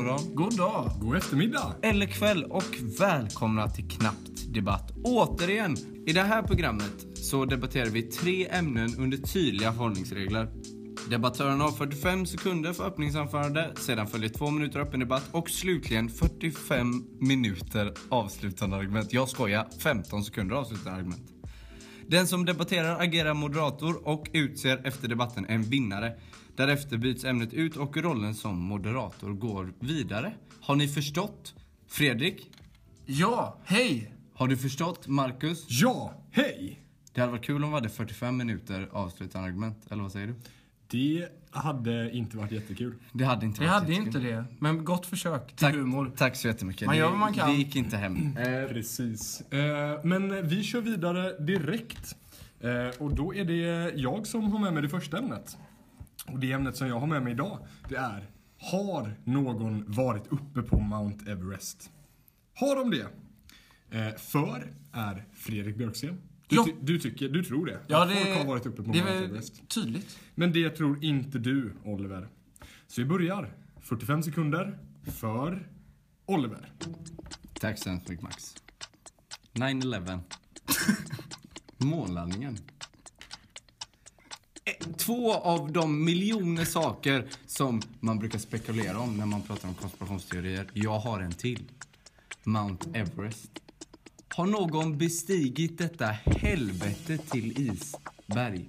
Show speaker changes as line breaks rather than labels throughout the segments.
morgon,
god dag,
god eftermiddag
eller kväll och välkomna till Knappt Debatt. Återigen, i det här programmet så debatterar vi 3 ämnen under tydliga hållningsregler. Debattören har 45 sekunder för öppningsanförande, sedan följer 2 minuter öppen debatt och slutligen 45 minuter avslutande argument. Jag skojar, 15 sekunder avslutande argument. Den som debatterar agerar moderator och utser efter debatten en vinnare. Därefter byts ämnet ut och rollen som moderator går vidare. Har ni förstått? Fredrik?
Ja, hej.
Har du förstått, Marcus?
Ja, hej.
Det hade varit kul om vi hade 45 minuter avslutande argument, eller vad säger du?
Det hade inte varit jättekul.
Det hade inte
Jag
varit
hade
jättekul.
inte det, men gott försök till humor.
Tack så jättemycket.
Man gör vad man kan.
Det gick inte hem.
Precis. Men vi kör vidare direkt. Och då är det jag som har med mig det första ämnet. Och det ämnet som jag har med mig idag, det är: har någon varit uppe på Mount Everest? Har de det? För är Fredrik Björksten. Du tror det?
Ja,
att folk har varit uppe på Mount Everest.
Det är tydligt.
Men det tror inte du, Oliver. Så vi börjar. 45 sekunder för Oliver.
Tack så mycket, Max. 9/11. Månlandningen. 2 av de miljoner saker som man brukar spekulera om när man pratar om konspirationsteorier. Jag har en till. Mount Everest. Har någon bestigit detta helvete till isberg?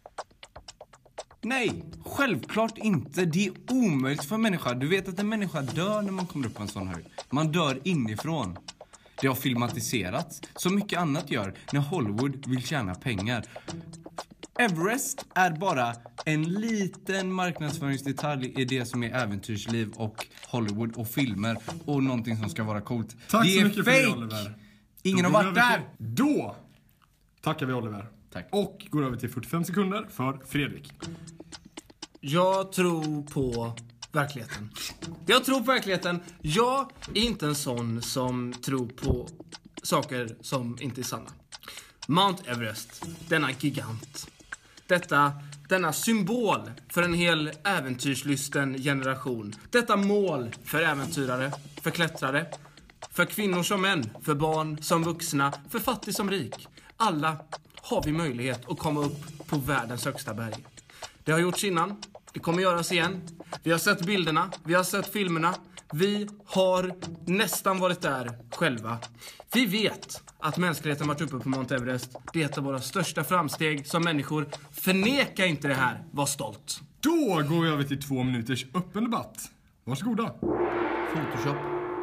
Nej, självklart inte. Det är omöjligt för en människa. Du vet att en människa dör när man kommer upp på en sån höjd. Man dör inifrån. Det har filmatiserats. Så mycket annat gör när Hollywood vill tjäna pengar. Everest är bara en liten marknadsföringsdetalj i det som är äventyrsliv och Hollywood och filmer och någonting som ska vara coolt.
Tack
det
så
är
mycket
fake.
för det, Oliver.
Ingen har varit där.
Då tackar vi Oliver.
Tack.
Och går över till 45 sekunder för Fredrik.
Jag tror på verkligheten. Jag tror på verkligheten. Jag är inte en sån som tror på saker som inte är sanna. Mount Everest, denna gigant. Denna symbol för en hel äventyrslysten generation. Detta mål för äventyrare, för klättrare, för kvinnor som män, för barn som vuxna, för fattig som rik. Alla har vi möjlighet att komma upp på världens högsta berg. Det har gjorts innan, det kommer göras igen. Vi har sett bilderna, vi har sett filmerna. Vi har nästan varit där själva. Vi vet att mänskligheten varit uppe på Mount Everest. Det är ett av våra största framsteg som människor. Förneka inte det här, var stolt.
Då går vi över till 2 minuters öppen debatt. Varsågoda.
Photoshop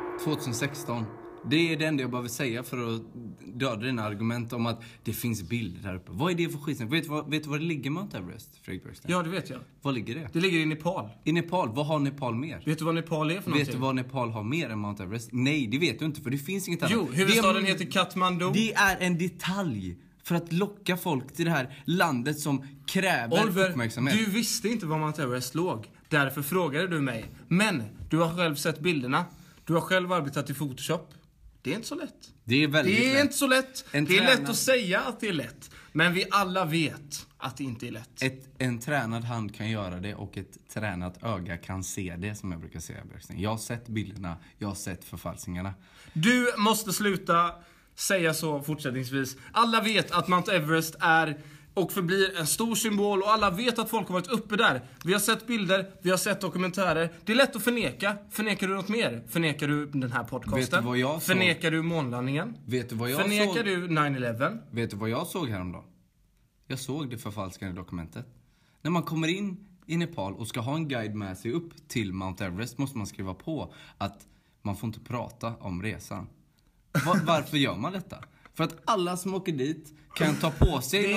2016. Det är det enda jag behöver säga för att döda dina argument om att det finns bilder där uppe. Vad är det för skit? Vet du var det ligger Mount Everest, Fredrik Björksten?
Ja, det vet jag.
Var ligger det?
Det ligger i Nepal.
I Nepal. Vad har Nepal mer?
Vet du vad Nepal är för någonting?
Vet du vad Nepal har mer än Mount Everest? Nej, det vet du inte, för det finns inget annat.
Jo, huvudstaden heter Kathmandu.
Det är en detalj för att locka folk till det här landet som kräver
Oliver,
uppmärksamhet.
du visste inte var Mount Everest låg. Därför frågade du mig. Men du har själv sett bilderna. Du har själv arbetat i Photoshop. Det är inte så lätt.
Det är väldigt
Det är
lätt.
inte så lätt.
En
det är
tränad-
lätt att säga att det är lätt. Men vi alla vet att det inte är lätt.
En tränad hand kan göra det och ett tränat öga kan se det, som jag brukar säga, Björksten. Jag har sett bilderna, jag har sett förfalskningarna.
Du måste sluta säga så fortsättningsvis. Alla vet att Mount Everest är och förblir en stor symbol, och alla vet att folk har varit uppe där. Vi har sett bilder, vi har sett dokumentärer. Det är lätt att förneka. Förnekar du något mer? Förnekar du den här podcasten?
Vet du vad jag såg?
Förnekar du månlandningen?
Vet du vad jag
Förnekar
såg?
du 9/11?
Vet du vad jag såg häromdagen? Jag såg det förfalskade dokumentet. När man kommer in i Nepal och ska ha en guide med sig upp till Mount Everest måste man skriva på att man får inte prata om resan. Varför gör man detta? För att alla som åker dit kan ta på sig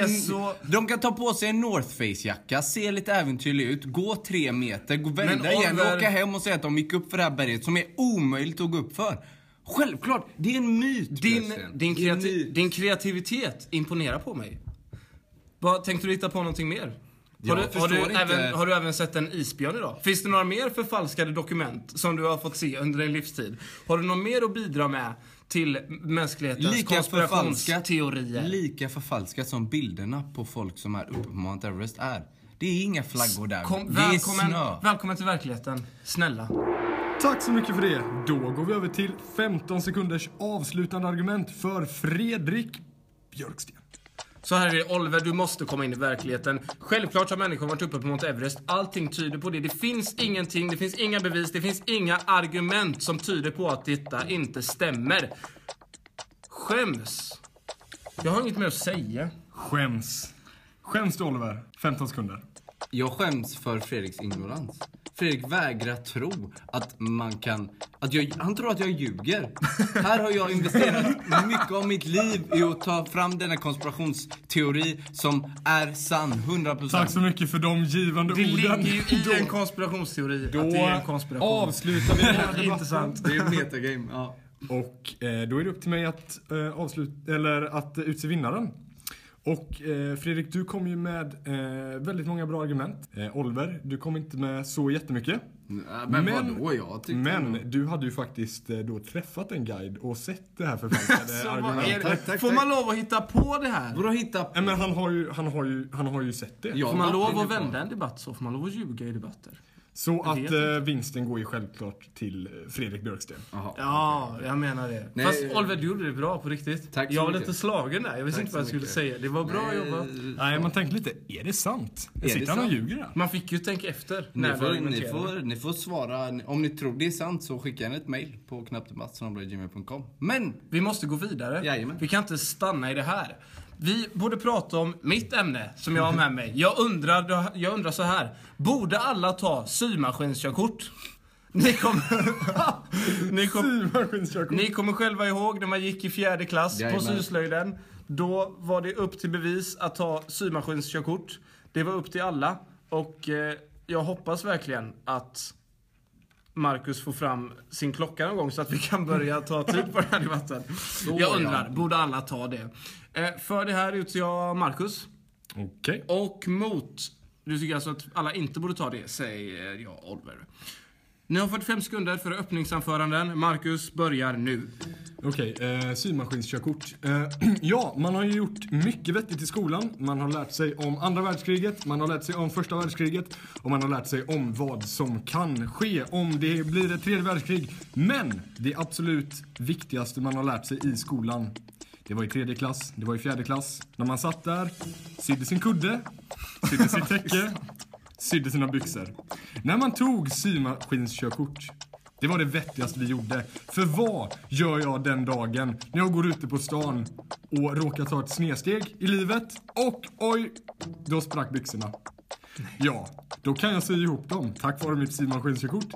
de kan ta på sig en North Face-jacka, se lite äventyrlig ut, gå 3 meter, vända igen och åka hem och säga att de gick upp för det här berget som är omöjligt att gå upp för. Självklart, det är en myt.
Din kreativitet imponerar på mig. Vad tänkte du hitta på någonting mer? Har du även sett en isbjörn idag? Finns det några mer förfalskade dokument som du har fått se under din livstid? Har du något mer att bidra med till mänsklighetens konspirationsteorier?
Lika förfalskat som bilderna på folk som är uppe på Mount Everest är. Det är inga flaggor där. Det är snö.
Välkommen till verkligheten. Snälla.
Tack så mycket för det. Då går vi över till 15 sekunders avslutande argument för Fredrik Björksten.
Så här är det, Oliver, du måste komma in i verkligheten. Självklart har människor varit uppe på Mount Everest. Allting tyder på det. Det finns ingenting, det finns inga bevis, det finns inga argument som tyder på att detta inte stämmer. Skäms. Jag har inget mer att säga.
Skäms du, Oliver? 15 sekunder.
Jag skäms för Fredriks ignorans. Fredrik vägrar tro att man kan... Han tror att jag ljuger. Här har jag investerat mycket av mitt liv i att ta fram denna konspirationsteori som är sann, 100%.
Tack så mycket för de givande
Det
orden.
ligger ju i en konspirationsteori att det är en konspiration.
Avslutar vi den här debatten.
Intressant.
Det är metagame, ja.
Och då är det upp till mig att att utse vinnaren. Och Fredrik, du kom ju med väldigt många bra argument. Oliver, du kom inte med så jättemycket.
Men vadå? Jag tyckte
Men du hade ju faktiskt då träffat en guide och sett det här förfalskade argumentet.
Tack.
Får man lov att hitta på det här?
Vadå hitta på?
Men han har ju sett det.
Ja,
Får man lov
inne
att
på.
vända en debatt så? Får man lov att ljuga i debatter?
Så
Jag
att
vet
vinsten går ju självklart till Fredrik Björksten.
Jaha.
Ja, jag menar det.
Nej.
Fast Oliver, du gjorde det bra på riktigt.
Tack så
jag var
mycket.
lite slagen där. Jag visste
Tack
inte vad jag
så
skulle
mycket.
säga. Det var bra jobbat.
Nej, man tänkte lite, är det sant?
det
Sitter han och
sant?
ljuger där?
Man fick ju tänka efter när du argumenterade.
Ni får svara. Om ni tror det är sant så skicka en ett mail på knappdebatt@gmail.com. Men
Vi måste gå vidare.
Jajamän.
Vi kan inte stanna i det här. Vi borde prata om mitt ämne som jag har med mig. Jag undrar så här. Borde alla ta symaskinskörkort? Ni kommer själva ihåg när man gick i 4:e klass på
Jajamän.
syslöjden. Då var det upp till bevis att ta symaskinskörkort. Det var upp till alla. Och jag hoppas verkligen att Marcus får fram sin klocka någon gång så att vi kan börja ta tid på den här debatten. Jag undrar, borde alla ta det? För det här utser jag Marcus.
Okej.
Och mot, du tycker alltså att alla inte borde ta det, säger jag Oliver. Ni har 45 sekunder för öppningsanföranden. Marcus börjar nu.
Okej, symaskinskörkort. Ja, man har ju gjort mycket vettigt i skolan. Man har lärt sig om andra världskriget, man har lärt sig om första världskriget och man har lärt sig om vad som kan ske om det blir ett tredje världskrig. Men det absolut viktigaste man har lärt sig i skolan, det var i 3:e klass, det var i 4:e klass. När man satt där, sydde sin kudde, sydde sitt täcke, sydde sina byxor. När man tog symaskinskörkort, det var det vettigaste vi gjorde. För vad gör jag den dagen när jag går ute på stan och råkar ta ett snedsteg i livet och oj, då sprack byxorna. Ja, då kan jag sy ihop dem tack vare mitt symaskinskörkort.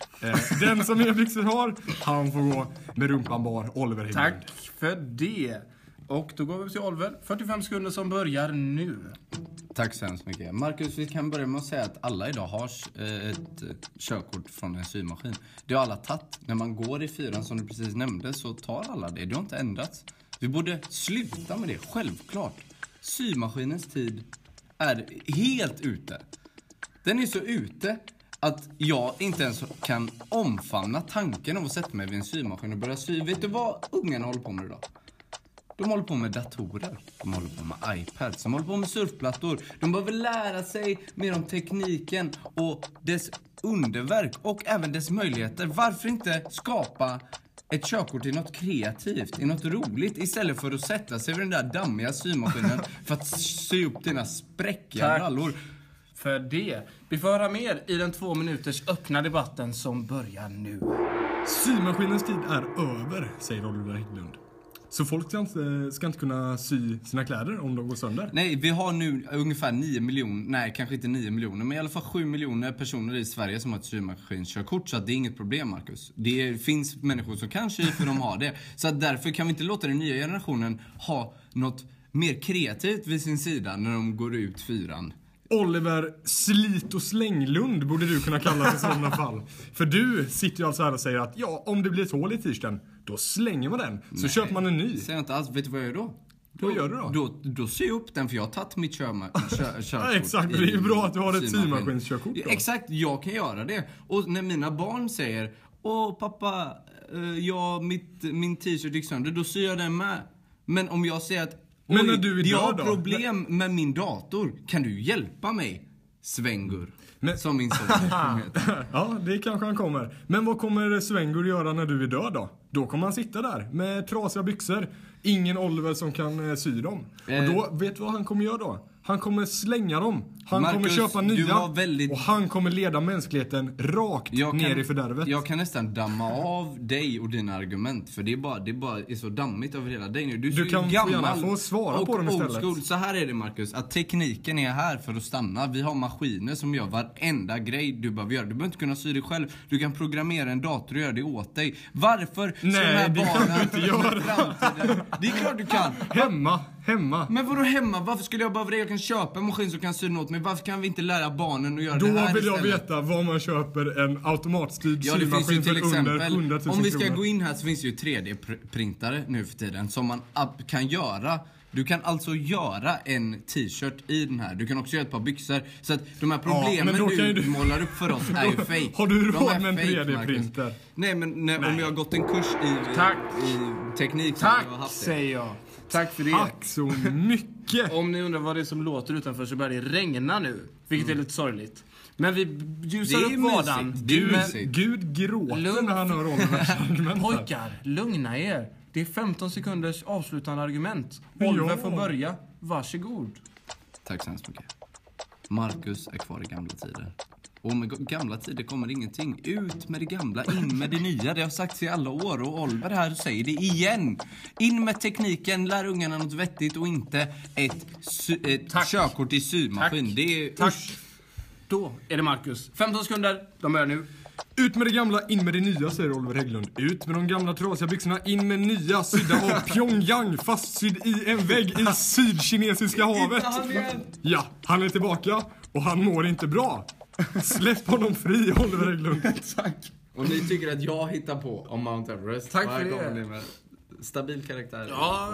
Den som inga byxor har, han får gå med rumpan bar. Oliver Hägglund.
Tack för det. Och då går vi till Oliver. 45 sekunder som börjar nu.
tack så hemskt mycket. Marcus, vi kan börja med att säga att alla idag har ett körkort från en symaskin. Det har alla tagit. När man går i 4:an som du precis nämnde så tar alla det. Det har inte ändrats. Vi borde sluta med det, självklart. Symaskinens tid är helt ute. Den är så ute att jag inte ens kan omfamna tanken av att sätta mig vid en symaskin och börja sy. Vet du vad ungarna håller på med idag? De håller på med datorer, de håller på med iPads, de håller på med surfplattor. De behöver lära sig mer om tekniken och dess underverk och även dess möjligheter. Varför inte skapa ett körkort i något kreativt, i något roligt, istället för att sätta sig vid den där dammiga symaskinen för att sy upp dina spräckiga
Tack.
brallor.
För det. Vi får höra mer i den 2 minuters öppna debatten som börjar nu.
Symaskinens tid är över, säger Oliver Hägglund. Så folk ska inte kunna sy sina kläder om de går sönder?
Nej, vi har nu ungefär 9 miljoner, nej kanske inte 9 miljoner, men i alla fall 7 miljoner personer i Sverige som har ett symaskinskörkort, så att det är inget problem, Marcus. Det finns människor som kan sy för de har det. Så att därför kan vi inte låta den nya generationen ha något mer kreativt vid sin sida när de går ut 4:an.
Oliver Slit- och Slänglund borde du kunna kalla det i sådana fall. För du sitter ju alltså här och säger att ja, om det blir ett hål i t-shirten, då slänger man den. Så köper man en ny.
Säger jag inte alls, vet du vad jag gör då?
Vad gör du då?
Då syr jag upp den, för jag har tagit mitt körkort.
Ja, exakt, det är ju bra att du har ett symaskinskörkort då.
Exakt, jag kan göra det. Och när mina barn säger åh pappa, min t-shirt gick sönder, då syr jag den med. Men om jag säger att
Men när du är
jag har
död då?
problem med min dator, kan du hjälpa mig? Svengur.
Men-
Som min son kommer heta.
Ja, det kanske han kommer. Men vad kommer Svengur göra när du är död då? Då kommer han sitta där med trasiga byxor. Ingen Oliver som kan sy dem. Och då, vet du vad han kommer göra då? Han kommer slänga dem. Han
Marcus,
kommer köpa
du
nya.
var väldigt-
Och han kommer leda mänskligheten rakt ner i fördärvet.
Jag kan nästan damma av dig och dina argument. För det är bara så dammigt över hela dig nu. Du är
Du
så
kan
gammal
gärna få svara
och
på dem
old
istället.
school. Så här är det, Marcus. Att tekniken är här för att stanna. Vi har maskiner som gör varenda grej du behöver göra. Du behöver inte kunna sy det själv. Du kan programmera en dator och göra det åt dig. Varför ska
Nej,
de här
det kan
barnen
du inte göra.
med framtiden? Det är klart du kan.
Hemma.
Men vadå hemma? Varför skulle jag behöva det? Jag kan köpa en maskin som kan sy den åt mig. Varför kan vi inte lära barnen att göra
Då
det här
vill jag
istället?
veta var man köper en automatstyrd
Ja, det finns ju
symaskin
till
för under
exempel,
100 000
om vi ska
kronor.
gå in här så finns det ju 3D-printare nu för tiden som man kan göra. Du kan alltså göra en t-shirt i den här. Du kan också göra ett par byxor. Så att de här problemen
men då kan ju
du
du-
målar upp för oss är ju fake.
Har du
De
råd
är
med en
fake,
3D-printer?
Marcus. Nej, men om jag har gått en kurs
Tack.
i teknik så
Tack,
har jag haft det.
säger jag. Tack för det.
Tack så mycket.
Om ni undrar vad det är som låter utanför så börjar det regna nu. Vilket är lite sorgligt. Men vi ljusar
Det är
upp vardagen.
mysigt. Det är
Men-
mysigt.
Gud gråter
Lugn.
när han hör Olivers argument.
Pojkar, lugna er. Det är 15 sekunders avslutande argument.
Ja.
Oliver får börja. Varsågod.
Tack så hemskt mycket. Marcus är kvar i gamla tider. Och med gamla tider kommer ingenting. Ut med det gamla, in med det nya. Det har sagts i alla år och Oliver här säger det igen. In med tekniken, lär ungarna något vettigt och inte ett
Tack.
körkort i symaskin.
Tack.
Det är
Tack. Då är det Marcus. 15 sekunder. De börjar nu.
Ut med det gamla, in med det nya, säger Oliver Hägglund. Ut med de gamla trasiga byxorna, in med nya, sydda av Pyongyang, fastsydd i en vägg i Sydkinesiska havet. Ja, han är tillbaka och han mår inte bra. Släpp honom fri, Oliver Hägglund.
Tack.
Och ni tycker att jag hittar på om Mount Everest.
Tack
Här
för det.
kommer ni med stabil karaktär.
Ja,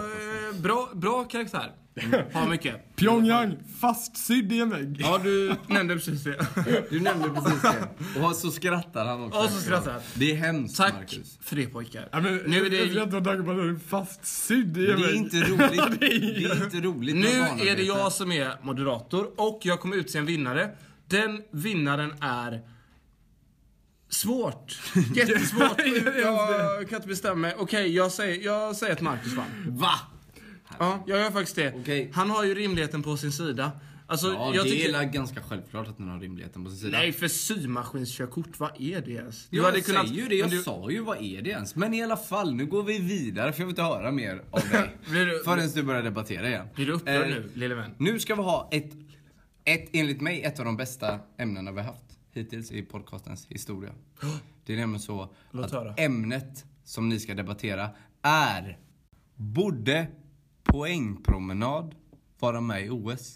bra karaktär. Har mycket.
Pyongyang, fastsydd i en vägg.
Ja, du nämnde precis det.
Du nämnde precis det. Och så skrattar han också.
Och så skrattar han.
Det är hemskt,
Tack
Marcus.
för det, pojkar.
Ja, men,
Nu är det-
jag vill inte ha tanke på att du är fastsydd i en
Det är
vägg.
inte roligt. Det är inte roligt med
Nu
barnarbete.
är det jag som är moderator och jag kommer utse en vinnare. Den vinnaren är svårt. Jättesvårt. Jag kan inte bestämma mig. Okej, jag säger att Marcus vann.
Va?
Ja, jag gör faktiskt det.
Okej.
Han har ju rimligheten på sin sida. Alltså,
Ja,
jag
det
tycker...
är ganska självklart att den har rimligheten på sin sida.
Nej, för symaskinskörkort, vad är det ens? Du
Jag
hade kunnat...
säger ju det, jag
men du-
sa ju vad är det ens. Men i alla fall, nu går vi vidare för jag vill inte höra mer av dig.
Blir du-
Förrän du börjar debattera igen.
Blir du upprörd nu, lille vän?
Nu ska vi ha enligt mig, ett av de bästa ämnena vi har haft hittills i podcastens historia. Det är nämligen så
Låt
att
höra.
ämnet som ni ska debattera är: borde poängpromenad vara med i OS?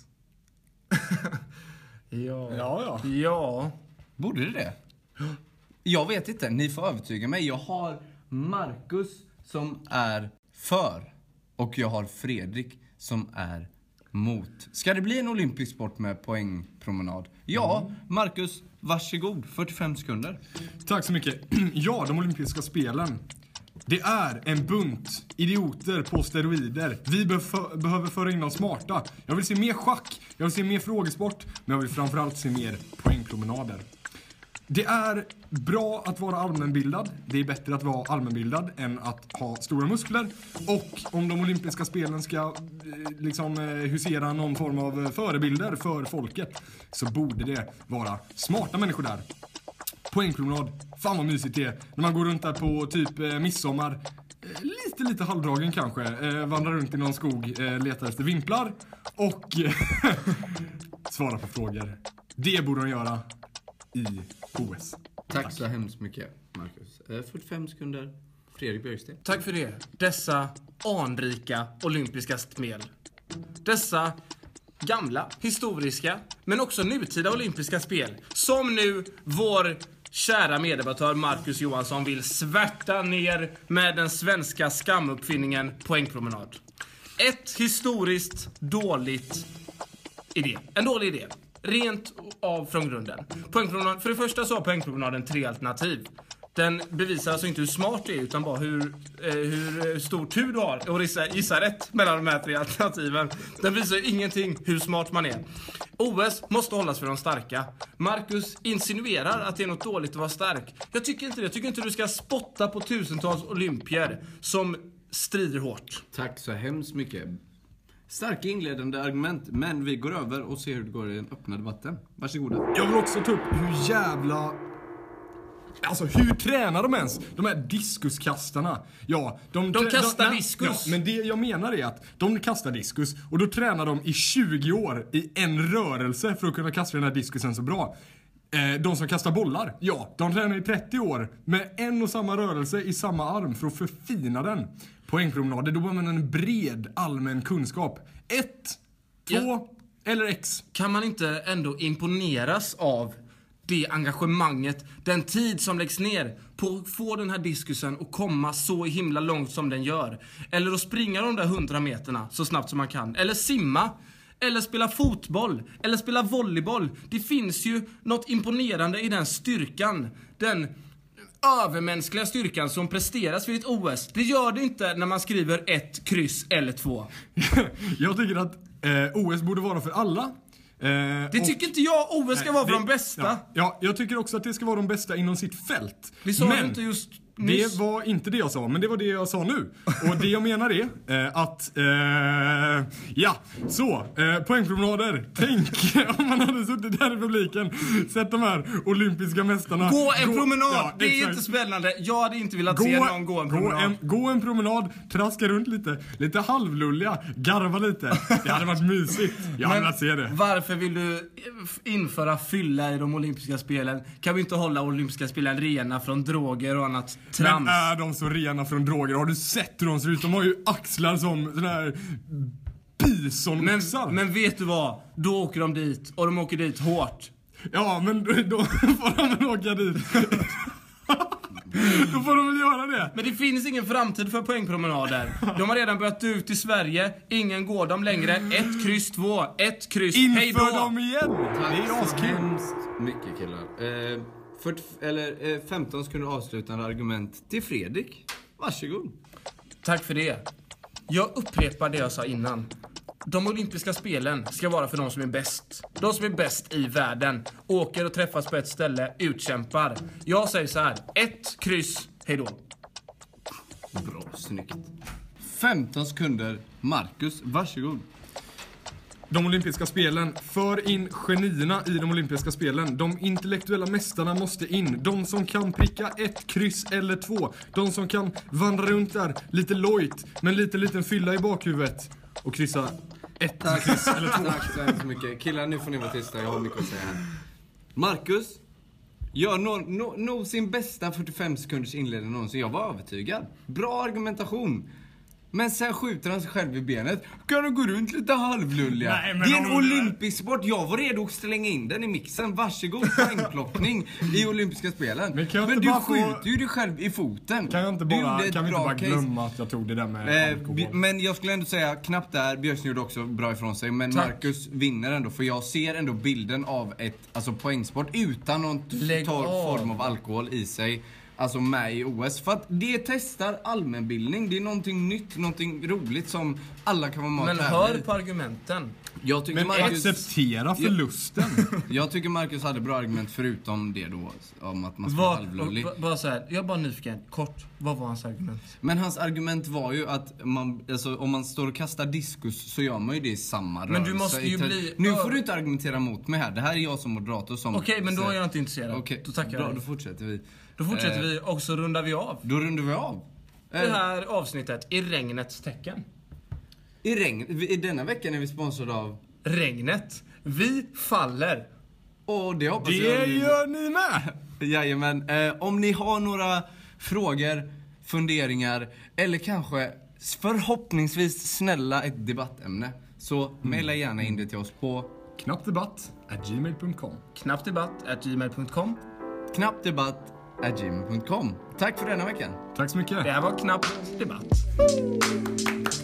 Ja.
Borde det? Jag vet inte, ni får övertyga mig. Jag har Marcus som är för och jag har Fredrik som är mot. Ska det bli en olympisk sport med poängpromenad? Ja, Marcus, varsågod. 45 sekunder.
Tack så mycket. Ja, de olympiska spelen. Det är en bunt idioter på steroider. Vi behöver föra in de smarta. Jag vill se mer schack, jag vill se mer frågesport, men jag vill framförallt se mer poängpromenader. Det är bra att vara allmänbildad. Det är bättre att vara allmänbildad än att ha stora muskler. Och om de olympiska spelen ska husera någon form av förebilder för folket, så borde det vara smarta människor där. Poängpromenad, fan vad mysigt det är. När man går runt där på typ midsommar, lite halvdragen kanske, vandrar runt i någon skog, letar efter vimplar och svara på frågor. Det borde de göra i OS.
Tack så hemskt mycket, Marcus. 45 sekunder. Fredrik Björksten.
Tack för det. Dessa anrika olympiska spel. Dessa gamla, historiska, men också nutida olympiska spel. Som nu vår kära meddebattör Marcus Johansson vill svärta ner med den svenska skamuppfinningen poängpromenad. Ett historiskt dåligt idé. En dålig idé. Rent av från grunden. Poängpromenad, för det första så har poängpromenaden 3 alternativ. Den bevisar alltså inte hur smart du är, utan bara hur stor tur du har och gissa rätt mellan de här 3 alternativen. Den visar ingenting hur smart man är. OS måste hållas för de starka. Marcus insinuerar att det är något dåligt att vara stark. Jag tycker inte det. Jag tycker inte du ska spotta på tusentals olympier som strider hårt.
Tack så hemskt mycket. Starka inledande argument, men vi går över och ser hur det går i den öppna debatten. Varsågoda.
Jag vill också ta upp hur jävla... Alltså hur tränar de ens? De här diskuskastarna. Ja,
de kastar diskus.
Ja, men det jag menar är att de kastar diskus och då tränar de i 20 år i en rörelse för att kunna kasta den här diskusen så bra. De som kastar bollar, ja, de tränar i 30 år med en och samma rörelse i samma arm för att förfina den. Poängpromenader, då behöver man en bred allmän kunskap. 1, 2 eller X.
Kan man inte ändå imponeras av det engagemanget, den tid som läggs ner på att få den här diskusen och komma så himla långt som den gör? Eller att springa de där 100 meterna så snabbt som man kan. Eller simma. Eller spela fotboll. Eller spela volleyboll. Det finns ju något imponerande i den styrkan. Den övermänskliga styrkan som presteras vid ett OS. Det gör det inte när man skriver 1, kryss eller 2.
Jag tycker att OS borde vara för alla.
Det tycker inte jag. OS ska vara för de bästa.
Ja, jag tycker också att det ska vara de bästa inom sitt fält.
Det sa du inte just nyss.
Det var inte det jag sa, men det var det jag sa nu. Och det jag menar är att poängpromenader. Tänk om man hade suttit där i publiken, sett de här olympiska mästarna
gå en promenad, ja, det är inte spännande. Jag hade inte velat se någon gå en promenad.
Gå en promenad, traska runt lite halvlulliga, garva lite. Det hade varit mysigt. Jag hade velat se det.
Varför vill du införa fylla i de olympiska spelen? Kan vi inte hålla olympiska spelen rena från droger och annat trams?
Men är de så rena från droger? Har du sett hur de ser ut? De har ju axlar som sån här bisonmixar.
Men vet du vad? Då åker de dit, och de åker dit hårt.
Ja, men då får de väl åka dit. Då får de väl göra det.
Men det finns ingen framtid för poängpromenader. De har redan börjat ut i Sverige. Ingen går dem längre. 1, kryss 2, 1, kryss, hej då.
Inför dem igen.
Tack så hemskt mycket killar. 15 sekunder avslutande argument till Fredrik. Varsågod.
Tack för det. Jag upprepar det jag sa innan. De olympiska spelen ska vara för de som är bäst. De som är bäst i världen. Åker och träffas på ett ställe, utkämpar. Jag säger så här: 1, kryss, hej då.
Bra, snyggt. 15 sekunder, Marcus, varsågod.
De olympiska spelen, för in genierna i de olympiska spelen. De intellektuella mästarna måste in. De som kan pricka 1, kryss eller 2. De som kan vandra runt där lite lojt, men liten fylla i bakhuvudet och kryssa 1, kryss eller 2.
Tack så hemskt mycket. Killar, nu får ni vara tysta, jag har mycket att säga här. Marcus gör nog sin bästa 45 sekunders inledning någonsin. Jag var övertygad. Bra argumentation. Men sen skjuter han sig själv i benet. Kan du gå runt lite halvlulliga?
Nej, men
det är en olympisk sport. Jag var redo att slänga in den i mixen. Varsågod, poängplockning i olympiska spelen. Men du skjuter ju dig själv i foten.
Kan vi inte bara glömma att jag tog det där med alkohol?
Men jag skulle ändå säga knappt där. Björksson gjorde också bra ifrån sig. Men tack. Marcus vinner ändå. För jag ser ändå bilden av ett poängsport utan någon form av alkohol i sig. Alltså med i OS. För att det testar allmänbildning. Det är någonting nytt, någonting roligt som alla kan vara med.
Men hör på argumenten.
Jag tycker
men Marcus, acceptera förlusten.
Jag tycker Marcus hade bra argument förutom det då. Om att man ska vara halvlullig.
Bara så här, jag är bara nyfiken. Kort, vad var hans argument?
Men hans argument var ju att om man står och kastar diskus så gör man ju det i samma rörelse.
Men du måste ju bli...
Nu får du inte argumentera mot mig här. Det här är jag som moderator som...
Okej, men då är jag inte intresserad.
Okej,
då tackar
bra,
jag.
Då fortsätter vi.
Vi och så rundar vi av.
Då rundar vi av.
Det här avsnittet i regnets tecken.
I denna veckan är vi sponsrade av
regnet. Vi faller.
Och det hoppas
det
jag
gör ni med.
Jajamän. Om ni har några frågor, funderingar eller kanske förhoppningsvis snälla ett debattämne, så mejla gärna in det till oss på
knappdebatt@gmail.com.
knappdebatt@gmail.com.
knappdebatt@gmail.com. Tack för denna veckan.
Tack så mycket.
Det här var Knapp Debatt.